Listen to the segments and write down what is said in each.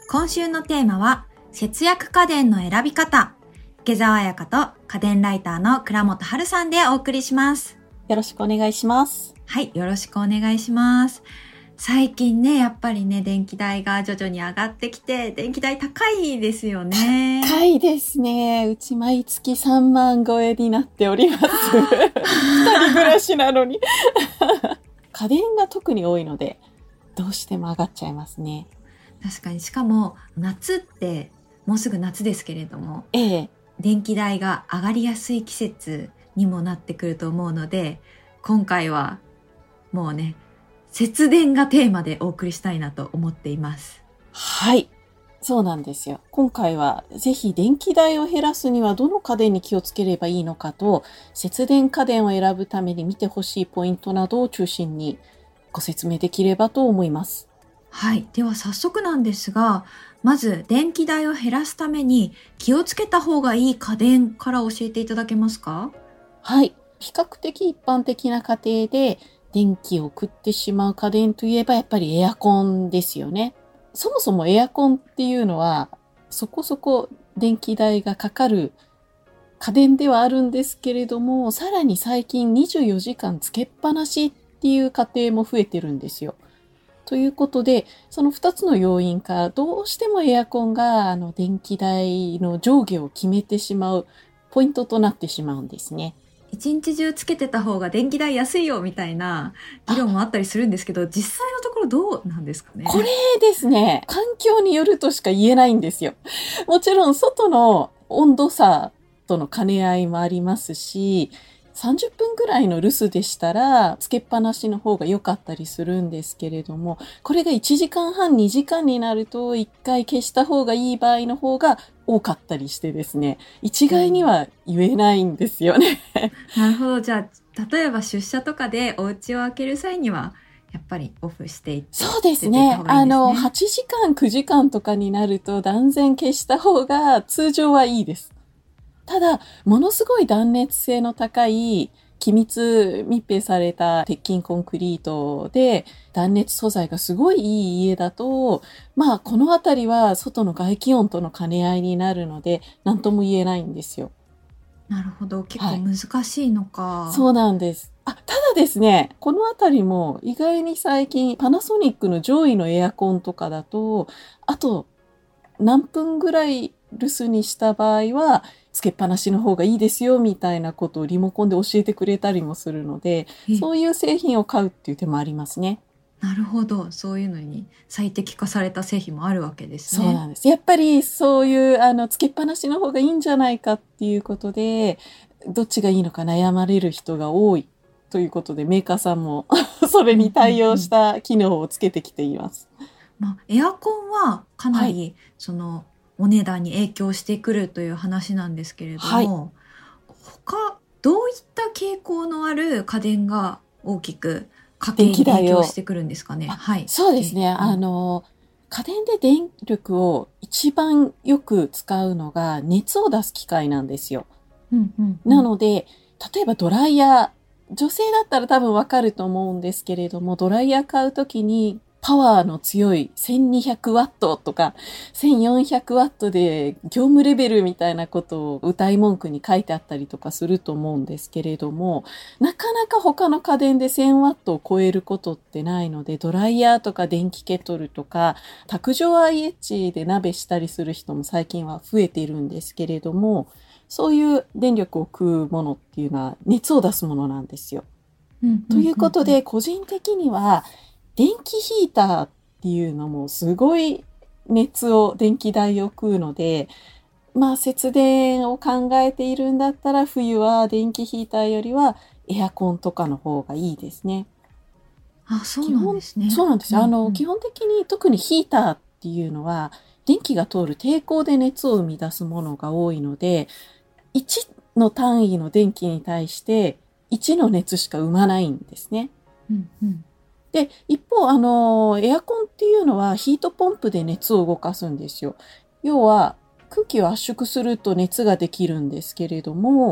今週のテーマは節約家電の選び方。池澤彩香と家電ライターの倉本春さんでお送りします。 よろしくお願いします。 はい、よろしくお願いします。最近ね、やっぱりね、電気代が徐々に上がってきて、電気代高いですよね。 高いですね。うち毎月3万超えになっております。二人暮らしなのに。家電が特に多いので、どうしても上がっちゃいますね。 確かに、しかも夏ってもうすぐ夏ですけれども、電気代が上がりやすい季節にもなってくると思うので、今回はもうね、節電がテーマでお送りしたいなと思っています。 はい。そうなんですよ。今回はぜひ電気代を減らすにはどの家電に気をつければいいのかと、節電家電を選ぶために見てほしいポイントなどを中心にご説明できればと思います。 はい。では早速なんですが、まず電気代を減らすために気をつけた方がいい家電から教えていただけますか？ はい。比較的一般的な家庭で電気を食ってしまう家電といえばやっぱりエアコンですよね。そもそもエアコンっていうのはそこそこ電気代がかかる家電ではあるんですけれども、さらに最近24時間つけっぱなしっていう家庭も増えてるんですよ。ということで、その2つの要因からどうしてもエアコンが電気代の上下を決めてしまうポイントとなってしまうんですね。 一日中つけてた方が電気代安いよみたいな議論もあったりするんですけど、実際のところどうなんですかね？ これですね、環境によるとしか言えないんですよ。もちろん外の温度差との兼ね合いもありますし、30分ぐらいの留守でしたら、つけっぱなしの方が良かったりするんですけれども、これが1時間半、2時間になると、1回消した方がいい場合の方が多かったりしてですね、一概には言えないんですよね。 なるほど。じゃあ、例えば出社とかでお家を開ける際には、やっぱりオフしていって。 そうですね。8時間、9時間とかになると断然消した方が通常はいいです。ただ、ものすごい断熱性の高い気密密閉された鉄筋コンクリートで断熱素材がすごいいい家だと、まあこのあたりは外の外気温との兼ね合いになるので何とも言えないんですよ。 なるほど。結構難しいのか。 はい、そうなんです。ただですね、このあたりも意外に最近パナソニックの上位のエアコンとかだと、あと何分ぐらい留守にした場合はつけっぱなしの方がいいですよみたいなことをリモコンで教えてくれたりもするので、そういう製品を買うっていう手もありますね。 なるほど。そういうのに最適化された製品もあるわけですね。 そうなんです。やっぱりそういうつけっぱなしの方がいいんじゃないかっていうことで、どっちがいいのか悩まれる人が多いということで、メーカーさんもそれに対応した機能をつけてきています。 エアコンはかなり、お値段に影響してくるという話なんですけれども、他どういった傾向のある家電が大きく家計に影響してくるんですかね？はい。 そうですね。家電で電力を一番よく使うのが熱を出す機械なんですよ。なので、例えばドライヤー、女性だったら多分わかると思うんですけれども、ドライヤー買うときにパワーの強い1200ワットとか1400ワットで業務レベルみたいなことを歌い文句に書いてあったりとかすると思うんですけれども、なかなか他の家電で1000ワットを超えることってないので、ドライヤーとか電気ケトルとか卓上 IH で鍋したりする人も最近は増えているんですけれども、そういう電力を食うものっていうのは熱を出すものなんですよ。ということで、個人的には電気ヒーターっていうのもすごい電気代を食うので、まあ節電を考えているんだったら冬は電気ヒーターよりはエアコンとかの方がいいですね。 そうなんですね。 そうなんですよ。基本的に特にヒーターっていうのは電気が通る抵抗で熱を生み出すものが多いので、1の単位の電気に対して1の熱しか生まないんですね。で、一方、エアコンっていうのはヒートポンプで熱を動かすんですよ。要は、空気を圧縮すると熱ができるんですけれども、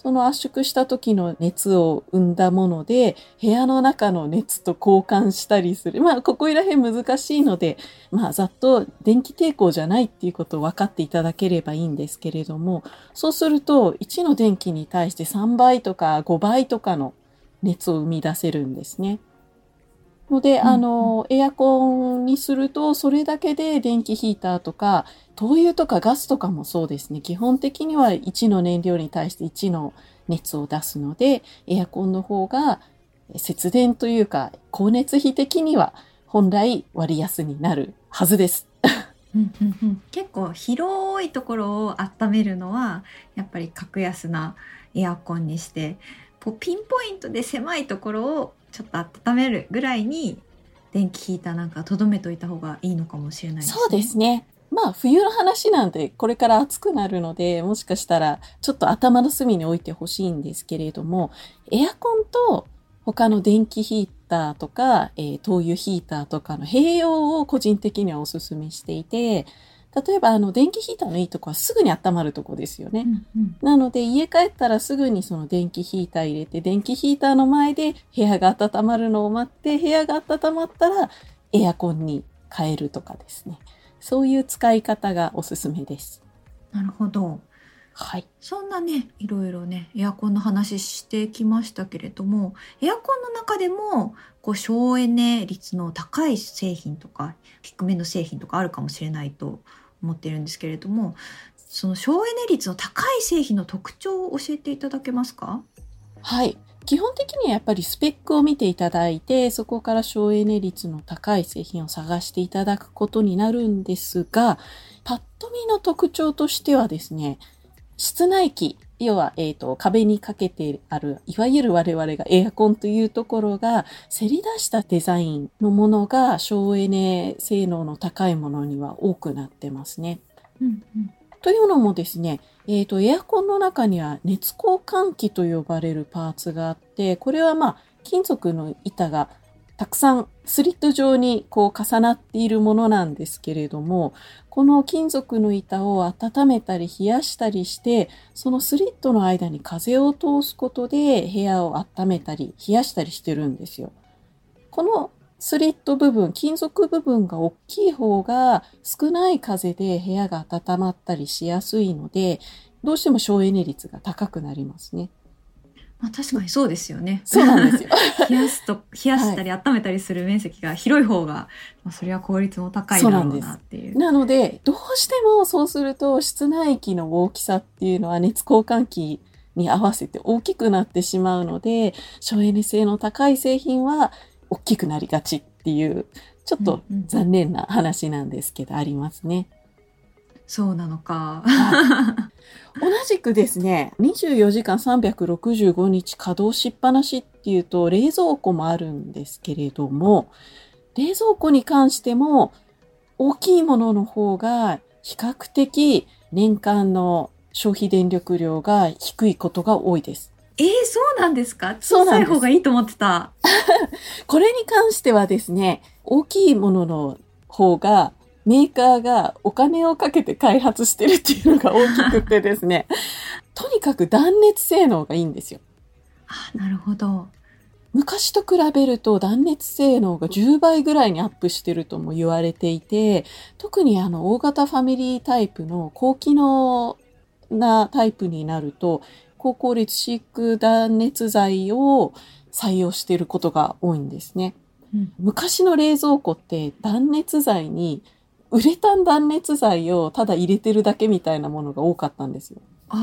その圧縮した時の熱を生んだもので、部屋の中の熱と交換したりする。ここら辺難しいので、ざっと電気抵抗じゃないっていうことを分かっていただければいいんですけれども、そうすると、1の電気に対して3倍とか5倍とかの熱を生み出せるんですね。ので、エアコンにすると、それだけで電気ヒーターとか、灯油とかガスとかもそうですね。基本的には1の燃料に対して1の熱を出すので、エアコンの方が節電というか、光熱費的には本来割安になるはずです。 結構広いところを温めるのは、やっぱり格安なエアコンにして、ピンポイントで狭いところをちょっと温めるぐらいに電気ヒーターなんか留めといた方がいいのかもしれないですね。 そうですね。冬の話なんでこれから暑くなるので、もしかしたらちょっと頭の隅に置いてほしいんですけれども、エアコンと他の電気ヒーターとか、灯油ヒーターとかの併用を個人的にはお勧めしていて、例えば電気ヒーターのいいとこはすぐに温まるとこですよね。なので家帰ったらすぐにその電気ヒーター入れて、電気ヒーターの前で部屋が温まるのを待って、部屋が温まったらエアコンに変えるとかですね。そういう使い方がおすすめです。 なるほど。 はい。 そんなね、いろいろね、エアコンの話してきましたけれども、エアコンの中でも省エネ率の高い製品とか低めの製品とかあるかもしれないと思っているんですけれども、その省エネ率の高い製品の特徴を教えていただけますか？ はい。基本的にはやっぱりスペックを見ていただいて、そこから省エネ率の高い製品を探していただくことになるんですが、パッと見の特徴としてはですね、室内機、要は、壁にかけてある、いわゆる我々がエアコンというところが、せり出したデザインのものが省エネ性能の高いものには多くなってますね。というのもですね、エアコンの中には熱交換器と呼ばれるパーツがあって、これは金属の板がたくさんスリット状に重なっているものなんですけれども、この金属の板を温めたり冷やしたりして、そのスリットの間に風を通すことで部屋を温めたり冷やしたりしてるんですよ。このスリット部分、金属部分が大きい方が少ない風で部屋が温まったりしやすいので、どうしても省エネ率が高くなりますね。 確かにそうですよね。 そうなんですよ。 冷やしたり温めたりする面積が広い方が、それは効率も高いだろうなっていう。 なので、どうしてもそうすると室内機の大きさっていうのは熱交換器に合わせて大きくなってしまうので、省エネ性の高い製品は大きくなりがちっていう、ちょっと残念な話なんですけど、ありますね。 そうなのか。 同じくですね、24時間365日稼働しっぱなしっていうと、冷蔵庫もあるんですけれども、冷蔵庫に関しても大きいものの方が比較的年間の消費電力量が低いことが多いです。 そうなんですか？小さい方がいいと思ってた。 これに関してはですね、大きいものの方がメーカーがお金をかけて開発してるっていうのが大きくてですね、とにかく断熱性能がいいんですよ。 なるほど。 昔と比べると断熱性能が10倍ぐらいにアップしてるとも言われていて、特に大型ファミリータイプの高機能なタイプになると、高効率シーク断熱材を採用していることが多いんですね。昔の冷蔵庫って断熱材にウレタン断熱材をただ入れてるだけみたいなものが多かったんですよ。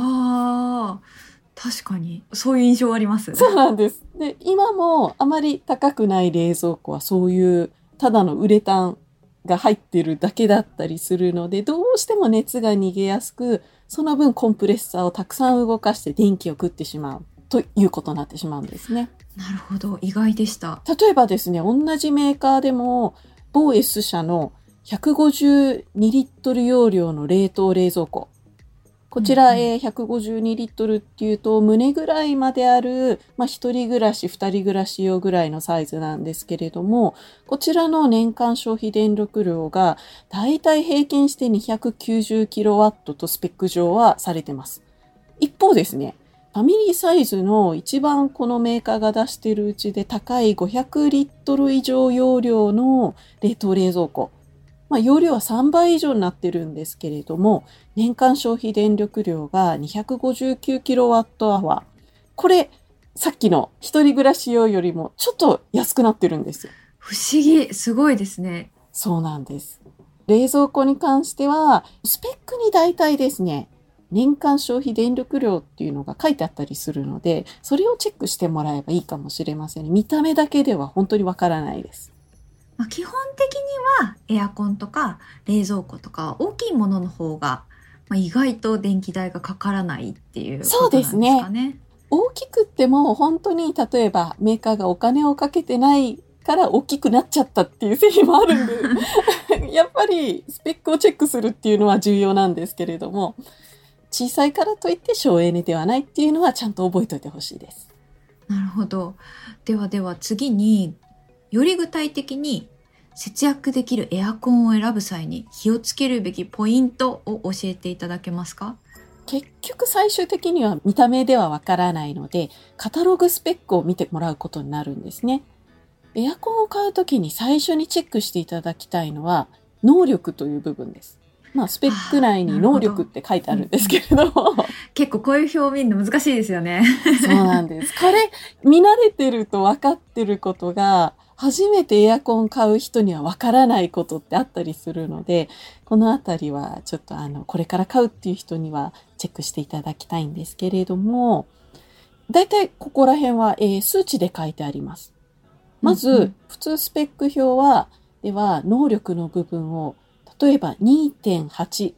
確かにそういう印象あります。 そうなんです。で、今もあまり高くない冷蔵庫はそういうただのウレタンが入ってるだけだったりするので、どうしても熱が逃げやすく、その分コンプレッサーをたくさん動かして電気を食ってしまうということになってしまうんですね。 なるほど、意外でした。 例えばですね、同じメーカーでも某 S 社の152リットル容量の冷凍冷蔵庫。こちら、152リットルっていうと胸ぐらいまである、一人暮らし、二人暮らし用ぐらいのサイズなんですけれども、こちらの年間消費電力量がだいたい平均して290キロワットとスペック上はされてます。一方ですね、 ファミリーサイズの一番このメーカーが出しているうちで高い500リットル以上容量の冷凍冷蔵庫。容量は3倍以上になってるんですけれども、年間消費電力量が259キロワットアワー。これ、さっきの一人暮らし用よりもちょっと安くなってるんですよ。 不思議、すごいですね。 そうなんです。冷蔵庫に関しては、スペックに大体ですね、年間消費電力量っていうのが書いてあったりするので、それをチェックしてもらえばいいかもしれませんね。見た目だけでは本当にわからないです。 基本的にはエアコンとか冷蔵庫とか大きいものの方が、意外と電気代がかからないっていうことなんですかね。そうですね。 大きくっても本当に例えばメーカーがお金をかけてないから大きくなっちゃったっていう製品もあるんでやっぱりスペックをチェックするっていうのは重要なんですけれども、小さいからといって省エネではないっていうのはちゃんと覚えておいてほしいです。 なるほど。では次に、より具体的に節約できるエアコンを選ぶ際に気をつけるべきポイントを教えていただけますか？ 結局最終的には見た目ではわからないので、カタログスペックを見てもらうことになるんですね。エアコンを買うときに最初にチェックしていただきたいのは能力という部分です。スペック内に能力って書いてあるんですけれども、 結構こういう表見るの難しいですよね。 そうなんです。これ見慣れてると分かってることが初めてエアコン買う人には分からないことってあったりするので、このあたりはちょっとこれから買うっていう人にはチェックしていただきたいんですけれども、だいたいここら辺は、数値で書いてあります。まず、普通スペック表では能力の部分を例えば 2.8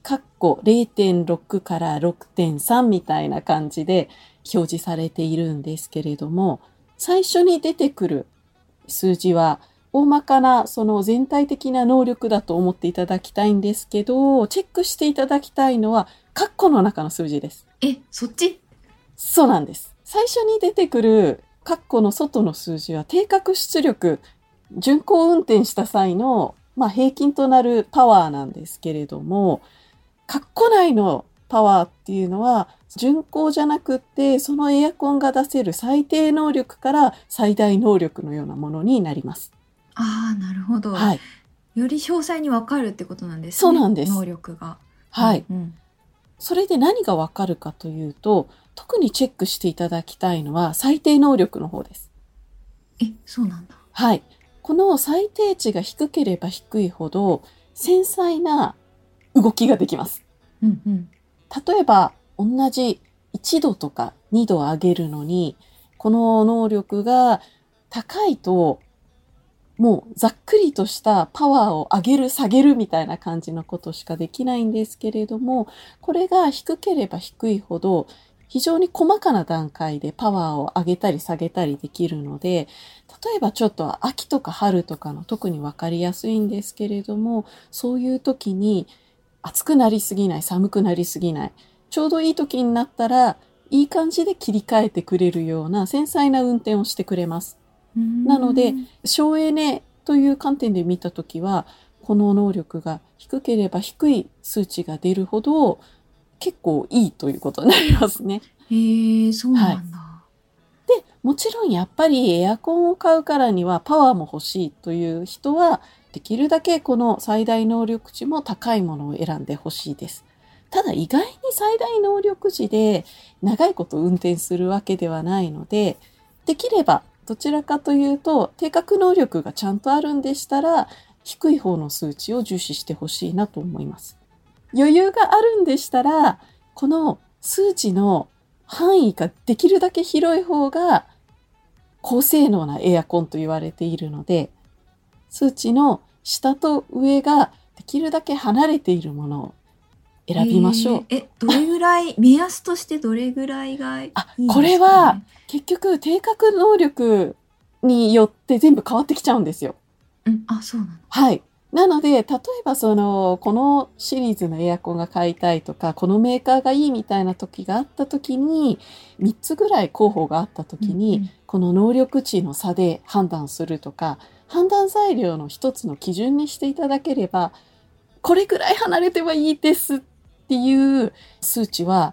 0.6 から 6.3 みたいな感じで表示されているんですけれども、最初に出てくる数字は大まかなその全体的な能力だと思っていただきたいんですけど、チェックしていただきたいのはカッコの中の数字です。 そっち？ そうなんです。最初に出てくるカッコの外の数字は定格出力、巡航運転した際の平均となるパワーなんですけれども、カッコ内のパワーっていうのは巡航じゃなくってそのエアコンが出せる最低能力から最大能力のようなものになります。 なるほど。はい。より詳細に分かるってことなんですね。 そうなんです。 能力が。 はい。それで何が分かるかというと、特にチェックしていただきたいのは最低能力の方です。 そうなんだ。 はい。この最低値が低ければ低いほど繊細な動きができます。例えば同じ1度とか2度上げるのに、この能力が高いともうざっくりとしたパワーを上げる下げるみたいな感じのことしかできないんですけれども、これが低ければ低いほど非常に細かな段階でパワーを上げたり下げたりできるので、例えばちょっと秋とか春とかの特に分かりやすいんですけれども、そういう時に暑くなりすぎない、寒くなりすぎない、ちょうどいい時になったらいい感じで切り替えてくれるような繊細な運転をしてくれます。なので省エネという観点で見たときは、この能力が低ければ低い数値が出るほど結構いいということになりますね。 そうなんだ。 で、もちろんやっぱりエアコンを買うからにはパワーも欲しいという人は、できるだけこの最大能力値も高いものを選んでほしいです。ただ意外に最大能力値で長いこと運転するわけではないので、できればどちらかというと定格能力がちゃんとあるんでしたら低い方の数値を重視してほしいなと思います。余裕があるんでしたらこの数値の範囲ができるだけ広い方が高性能なエアコンと言われているので、数値の下と上ができるだけ離れているものを選びましょう。 どれぐらい、目安としてどれぐらいがいいですかね？ これは結局定格能力によって全部変わってきちゃうんですよ。 そうなの。 はい。なので、例えばこのシリーズのエアコンが買いたいとか、このメーカーがいいみたいな時があった時に、3つぐらい候補があった時に、この能力値の差で判断するとか、判断材料の一つの基準にしていただければ、これぐらい離れてはいいですっていう数値は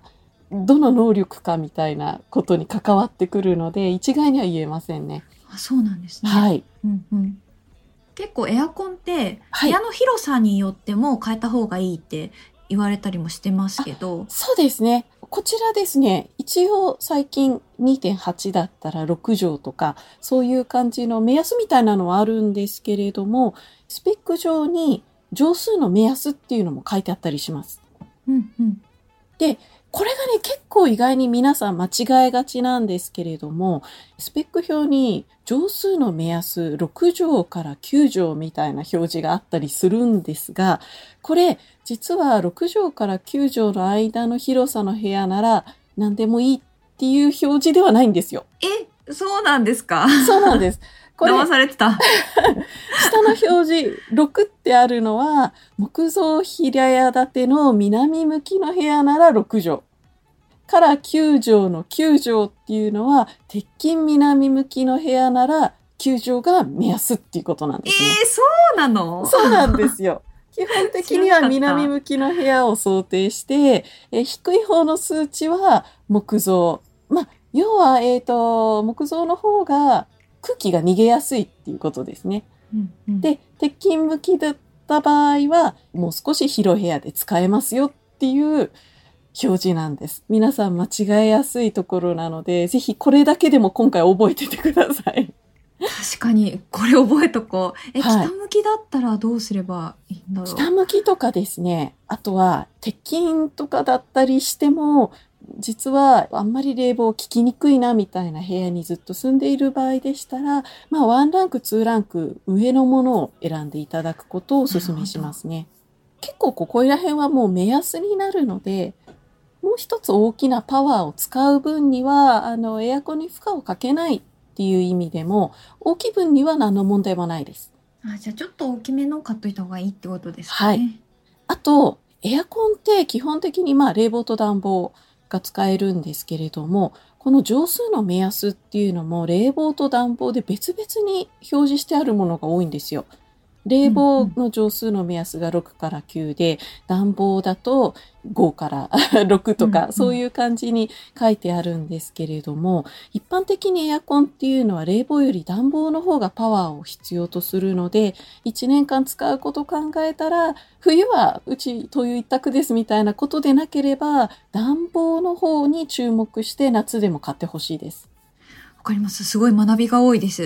どの能力かみたいなことに関わってくるので、一概には言えませんね。 そうなんですね。 はい。 結構エアコンって部屋の広さによっても変えた方がいいって言われたりもしてますけど。 そうですね。こちらですね、一応最近 2.8 だったら6畳とか、そういう感じの目安みたいなのはあるんですけれども、スペック上に畳数の目安っていうのも書いてあったりします。で、これがね、結構意外に皆さん間違えがちなんですけれども、スペック表に畳数の目安6畳から9畳みたいな表示があったりするんですが、これ実は6畳から9畳の間の広さの部屋なら何でもいいっていう表示ではないんですよ。 そうなんですか？ そうなんです。 これ騙されてた。 下の表示6ってあるのは木造平屋建ての南向きの部屋なら6畳から9畳の9畳っていうのは鉄筋南向きの部屋なら9畳が目安っていうことなんですね。 そうなの？ そうなんですよ。基本的には南向きの部屋を想定して、低い方の数値は木造。要は、木造の方が空気が逃げやすいっていうことですね。で、鉄筋向きだった場合は、もう少し広い部屋で使えますよっていう表示なんです。皆さん間違えやすいところなので、ぜひこれだけでも今回覚えててください。 確かに、これ覚えとこう。北向きだったらどうすればいいんだろう？ 北向きとかですね、あとは鉄筋とかだったりしても、実はあんまり冷房効きにくいなみたいな部屋にずっと住んでいる場合でしたら、1ランク、2ランク上のものを選んでいただくことをお勧めしますね。結構ここら辺はもう目安になるので、もう一つ大きなパワーを使う分には、エアコンに負荷をかけないっていう意味でも、大きい分には何の問題もないです。 じゃあちょっと大きめの買っといた方がいいってことですかね。 はい。あと、エアコンって基本的に冷房と暖房が使えるんですけれども、この畳数の目安っていうのも冷房と暖房で別々に表示してあるものが多いんですよ。冷房の畳数の目安が6から9で、暖房だと5から6とか、そういう感じに書いてあるんですけれども、一般的にエアコンっていうのは冷房より暖房の方がパワーを必要とするので、1年間使うことを考えたら、冬はうち灯油一択ですみたいなことでなければ、暖房の方に注目して夏でも買ってほしいです。 わかります。すごい学びが多いです。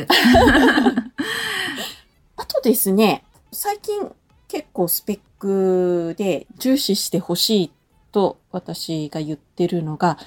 あとですね、最近結構スペックで重視してほしいと私が言ってるのが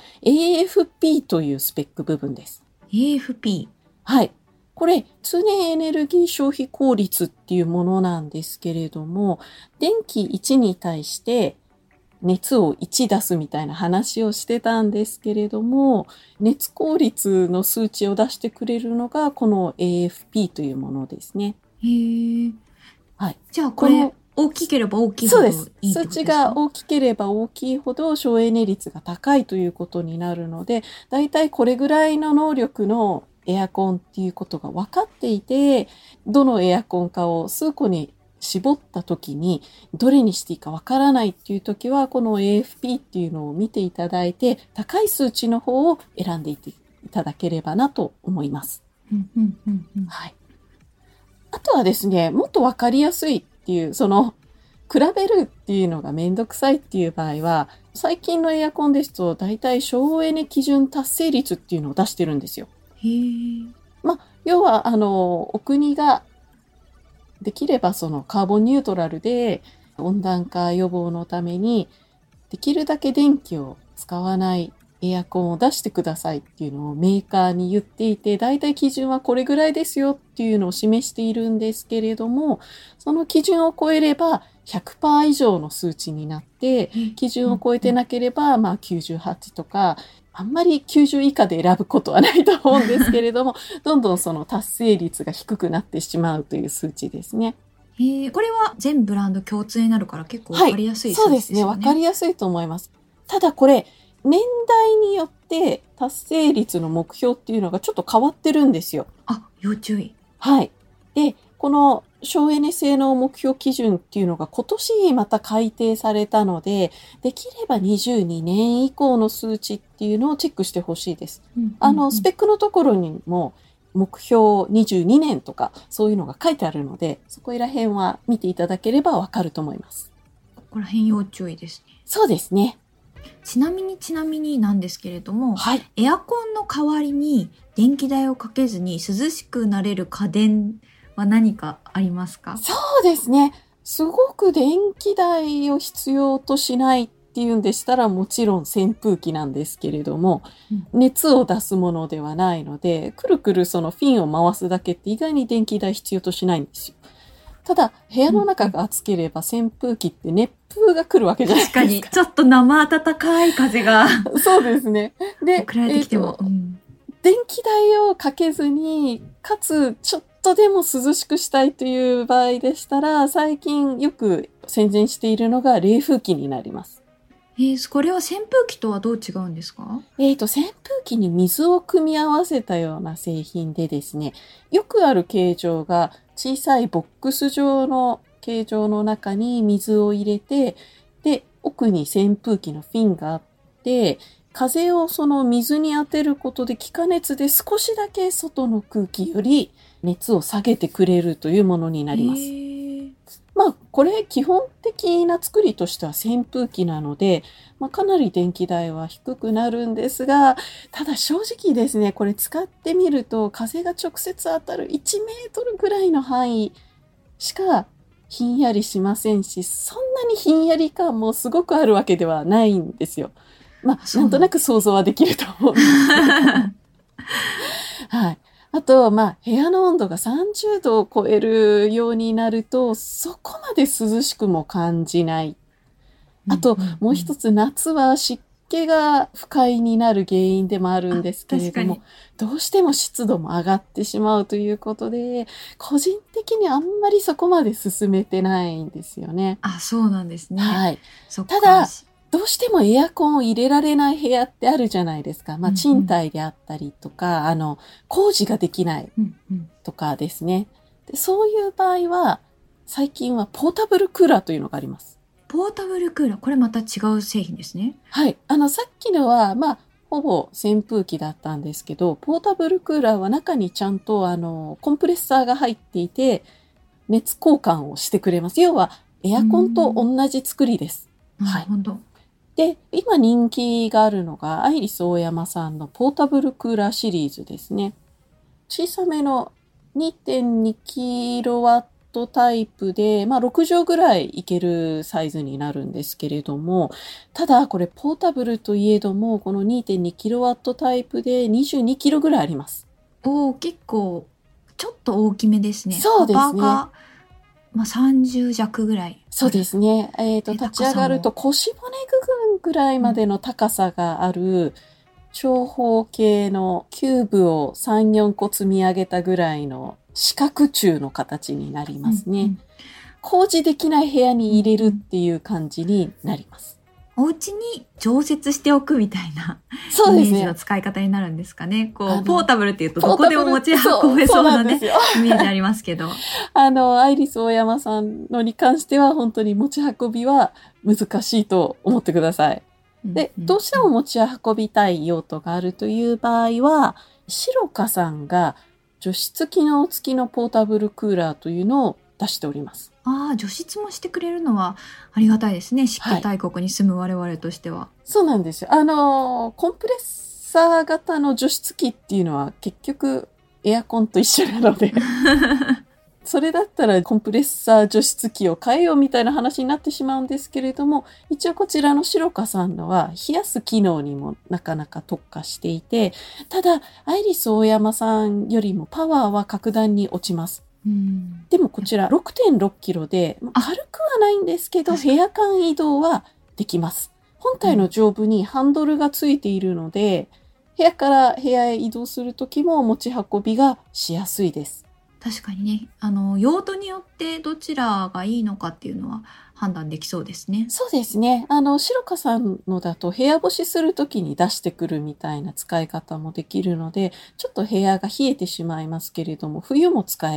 AFP というスペック部分です。 AFP？ はい。これ、通年エネルギー消費効率っていうものなんですけれども、電気1に対して熱を1出すみたいな話をしてたんですけれども、熱効率の数値を出してくれるのがこの AFP というものですね。はい。 じゃあこれ大きければ大きいほどいいってことですか？ 数値が大きければ大きいほど省エネ率が高いということになるので、だいたいこれぐらいの能力のエアコンっていうことが分かっていて、どのエアコンかを数個に絞った時にどれにしていいか分からないっていう時は、この AFP っていうのを見ていただいて、高い数値の方を選んでいっていただければなと思います。はい。あとはですね、もっとわかりやすいっていう、比べるっていうのがめんどくさいっていう場合は、最近のエアコンですと、だいたい省エネ基準達成率っていうのを出してるんですよ。要は、お国ができればカーボンニュートラルで温暖化予防のために、できるだけ電気を使わないエアコンを出してくださいっていうのをメーカーに言っていて、だいたい基準はこれぐらいですよっていうのを示しているんですけれども、その基準を超えれば 100% 以上の数値になって、基準を超えてなければ98とか、あんまり90以下で選ぶことはないと思うんですけれども、どんどんその達成率が低くなってしまうという数値ですね。 これは全ブランド共通になるから結構わかりやすい数値ですよね。 そうですね。わかりやすいと思います。ただこれ、年代によって達成率の目標っていうのがちょっと変わってるんですよ。 要注意。 はい。で、この省エネ性能目標基準っていうのが今年また改定されたので、できれば22年以降の数値っていうのをチェックしてほしいです。スペックのところにも目標22年とかそういうのが書いてあるので、そこら辺は見ていただければわかると思います。 ここら辺要注意ですね。 そうですね。 ちなみになんですけれども、 はい、 エアコンの代わりに電気代をかけずに涼しくなれる家電は何かありますか？ そうですね。すごく電気代を必要としないっていうんでしたら、もちろん扇風機なんですけれども、熱を出すものではないので、くるくるそのフィンを回すだけって意外に電気代必要としないんですよ。ただ、部屋の中が暑ければ扇風機って熱風が来るわけじゃないですか。 確かに、ちょっと生暖かい風が。 そうですね。で、 送られてきても、 電気代をかけずに、かつちょっとでも涼しくしたいという場合でしたら、最近よく宣伝しているのが冷風機になります。 これは扇風機とはどう違うんですか？ 扇風機に水を組み合わせたような製品でですね、よくある形状が小さいボックス状の形状の中に水を入れて、で、奥に扇風機のフィンがあって、風をその水に当てることで気化熱で少しだけ外の空気より熱を下げてくれるというものになります。まあ、これ基本的な作りとしては扇風機なので、かなり電気代は低くなるんですが、ただ正直ですね、これ使ってみると風が直接当たる1メートルぐらいの範囲しかひんやりしませんし、そんなにひんやり感もすごくあるわけではないんですよ。なんとなく想像はできると思うんですけど。はい。あと、部屋の温度が30度を超えるようになると、そこまで涼しくも感じない。あと、もう一つ、夏は湿気が不快になる原因でもあるんですけれども、どうしても湿度も上がってしまうということで、個人的にあんまりそこまで進めてないんですよね。 あ、そうなんですね。 はい。ただ、どうしてもエアコンを入れられない部屋ってあるじゃないですか。賃貸であったりとか、工事ができないとかですね。で、そういう場合は、最近はポータブルクーラーというのがあります。 ポータブルクーラー、これまた違う製品ですね。 はい。さっきのは、ほぼ扇風機だったんですけど、ポータブルクーラーは中にちゃんと、コンプレッサーが入っていて、熱交換をしてくれます。要は、エアコンと同じ作りです。 なるほど。 で、今人気があるのが、アイリスオーヤマさんのポータブルクーラーシリーズですね。小さめの 2.2 キロワットタイプで、6畳ぐらいいけるサイズになるんですけれども、ただこれポータブルといえども、この 2.2 キロワットタイプで22キロぐらいあります。 結構、ちょっと大きめですね。 そうですね。 幅が30弱ぐらい。 そうですね。立ち上がると腰骨部分ぐらいまでの高さがある、長方形のキューブを3、4個積み上げたぐらいの四角柱の形になりますね。工事できない部屋に入れるっていう感じになります。 お家に常設しておくみたいなそうですね。 イメージの使い方になるんですかね。ポータブルっていうとどこでも持ち運べそうなね、イメージありますけど。 アイリスオーヤマさんのに関しては本当に持ち運びは難しいと思ってください。で、どうしても持ち運びたい用途があるという場合は、シロカさんが除湿機能付きのポータブルクーラーというのを出しております。 除湿もしてくれるのはありがたいですね。湿気大国に住む我々としては。 そうなんですよ。コンプレッサー型の除湿機っていうのは結局エアコンと一緒なので、それだったらコンプレッサー除湿機を変えようみたいな話になってしまうんですけれども、一応こちらのシロカさんのは冷やす機能にもなかなか特化していて、ただアイリスオーヤマさんよりもパワーは格段に落ちます。でもこちら 6.6 キロで軽くはないんですけど、部屋間移動はできます。本体の上部にハンドルがついているので、部屋から部屋へ移動するときも持ち運びがしやすいです。 確かにね、用途によってどちらがいいのかっていうのは判断できそうですね。 そうですね。シロカさんのだと部屋干しするときに出してくるみたいな使い方もできるので、ちょっと部屋が冷えてしまいますけれども、冬も使えるって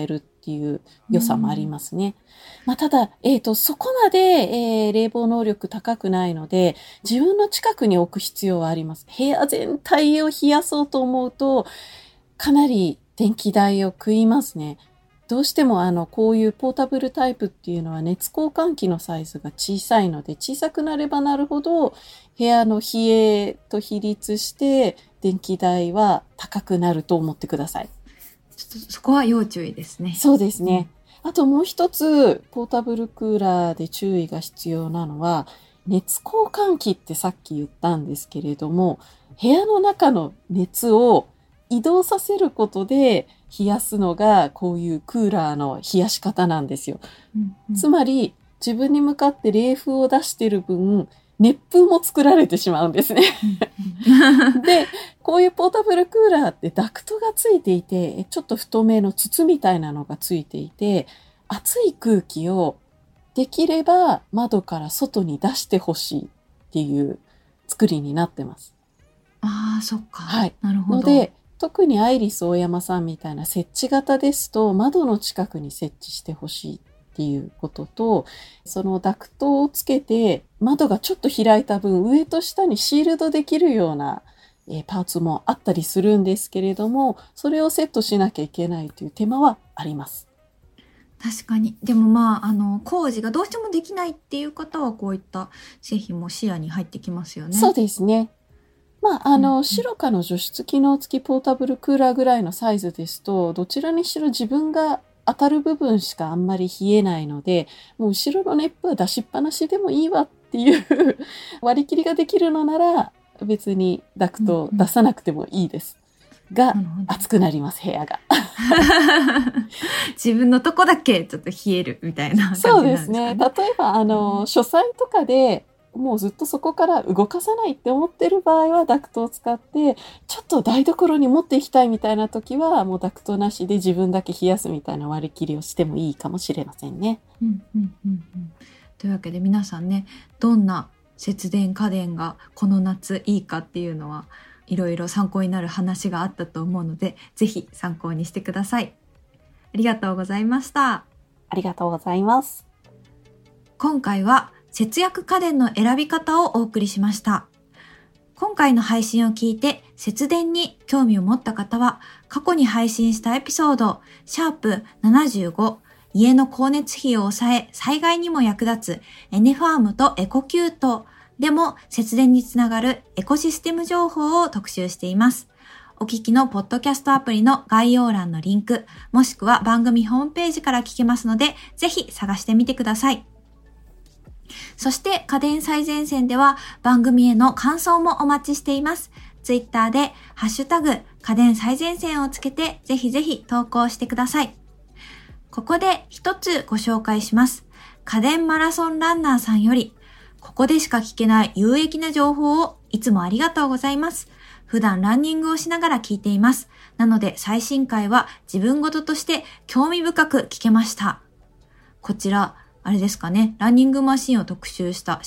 っていう良さもありますね。まあ、ただ、そこまで、冷房能力高くないので、自分の近くに置く必要はあります。部屋全体を冷やそうと思うと、かなり電気代を食いますね。どうしてもこういうポータブルタイプっていうのは熱交換器のサイズが小さいので、小さくなればなるほど部屋の冷えと比率して電気代は高くなると思ってください。 ちょっとそこは要注意ですね。 そうですね。あともう一つポータブルクーラーで注意が必要なのは、熱交換器ってさっき言ったんですけれども、部屋の中の熱を移動させることで冷やすのがこういうクーラーの冷やし方なんですよ。つまり自分に向かって冷風を出している分、熱風も作られてしまうんですね。で、こういうポータブルクーラーってダクトがついていて、ちょっと太めの筒みたいなのがついていて、熱い空気をできれば窓から外に出してほしいっていう作りになってます。 ああ、そっか。 はい。 なるほど。 ので、特にアイリス大山さんみたいな設置型ですと、窓の近くに設置してほしいっていうことと、そのダクトをつけて窓がちょっと開いた分、上と下にシールドできるようなパーツもあったりするんですけれども、それをセットしなきゃいけないという手間はあります。 確かに。でも工事がどうしてもできないっていう方は、こういった製品も視野に入ってきますよね。 そうですね。シロカの除湿機能付きポータブルクーラーぐらいのサイズですと、どちらにしろ自分が当たる部分しかあんまり冷えないので、もう後ろの熱風は出しっぱなしでもいいわっていう割り切りができるのなら、別にダクトを出さなくてもいいです。が、暑くなります、部屋が。 自分のとこだけちょっと冷えるみたいな感じなんですかね。 そうですね。例えば、書斎とかで、もうずっとそこから動かさないって思ってる場合はダクトを使って、ちょっと台所に持っていきたいみたいな時はもうダクトなしで自分だけ冷やすみたいな割り切りをしてもいいかもしれませんね。 というわけで皆さんね、どんな節電家電がこの夏いいかっていうのはいろいろ参考になる話があったと思うので、ぜひ参考にしてください。ありがとうございました。 ありがとうございます。 今回は節約家電の選び方をお送りしました。今回の配信を聞いて節電に興味を持った方は、過去に配信したエピソード、#75、家の光熱費を抑え災害にも役立つエネファームとエコキュートでも節電につながるエコシステム情報を特集しています。お聞きのポッドキャストアプリの概要欄のリンク、もしくは番組ホームページから聞けますので、ぜひ探してみてください。そして家電最前線では番組への感想もお待ちしています。ツイッターでハッシュタグ家電最前線をつけてぜひぜひ投稿してください。ここで一つご紹介します。家電マラソンランナーさんより、ここでしか聞けない有益な情報をいつもありがとうございます。普段ランニングをしながら聞いています。なので最新回は自分事として興味深く聞けました。こちら、あれですかね、ランニングマシンを特集した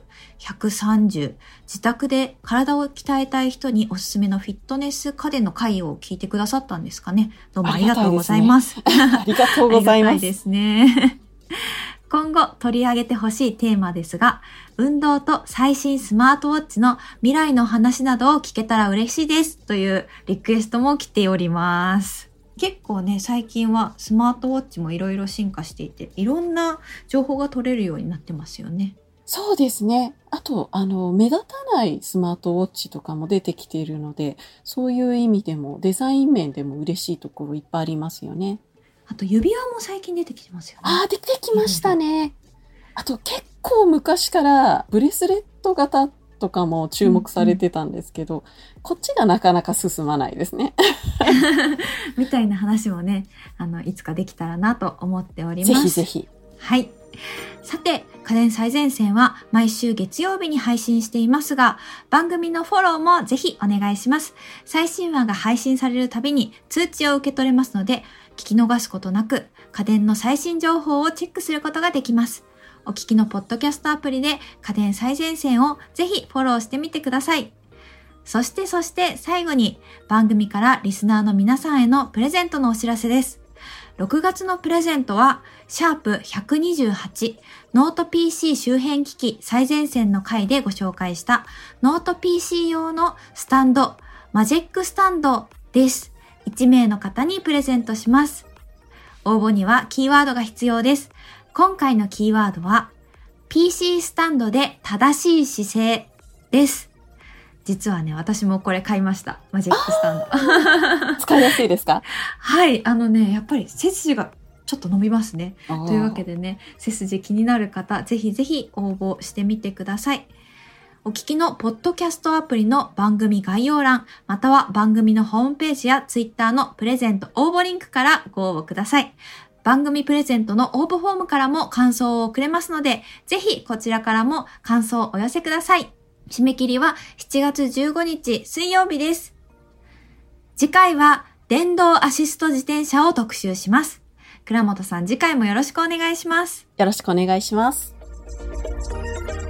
#130、自宅で体を鍛えたい人におすすめのフィットネス家電の回を聞いてくださったんですかね。どうもありがとうございます。 ありがとうございます。 ありがたいですね。今後取り上げてほしいテーマですが、運動と最新スマートウォッチの未来の話などを聞けたら嬉しいですというリクエストも来ております。結構ね、最近はスマートウォッチもいろいろ進化していて、いろんな情報が取れるようになってますよね。 そうですね。あと、目立たないスマートウォッチとかも出てきているので、そういう意味でもデザイン面でも嬉しいところいっぱいありますよね。 あと指輪も最近出てきてますよね。 ああ、出てきましたね。あと結構昔からブレスレット型とかも注目されてたんですけど、こっちがなかなか進まないですね。 みたいな話もね、いつかできたらなと思っております。 ぜひぜひ。 はい。さて、家電最前線は毎週月曜日に配信していますが、番組のフォローもぜひお願いします。最新話が配信されるたびに通知を受け取れますので、聞き逃すことなく家電の最新情報をチェックすることができます。お聞きのポッドキャストアプリで家電最前線をぜひフォローしてみてください。そして最後に番組からリスナーの皆さんへのプレゼントのお知らせです。 6月のプレゼントは、シャープ128ノート PC 周辺機器最前線の回でご紹介したノート PC 用のスタンド、マジェックスタンドです。1名の方にプレゼントします。応募にはキーワードが必要です。今回のキーワードは PC スタンドで正しい姿勢です。実はね、私もこれ買いました。マジックスタンド。使いやすいですか？ はい。やっぱり背筋がちょっと伸びますね。というわけでね、背筋気になる方、ぜひぜひ応募してみてください。お聞きのポッドキャストアプリの番組概要欄、または番組のホームページやツイッターのプレゼント応募リンクからご応募ください。番組プレゼントの応募フォームからも感想を送れますので、ぜひこちらからも感想をお寄せください。締め切りは7月15日水曜日です。次回は電動アシスト自転車を特集します。倉本さん、次回もよろしくお願いします。 よろしくお願いします。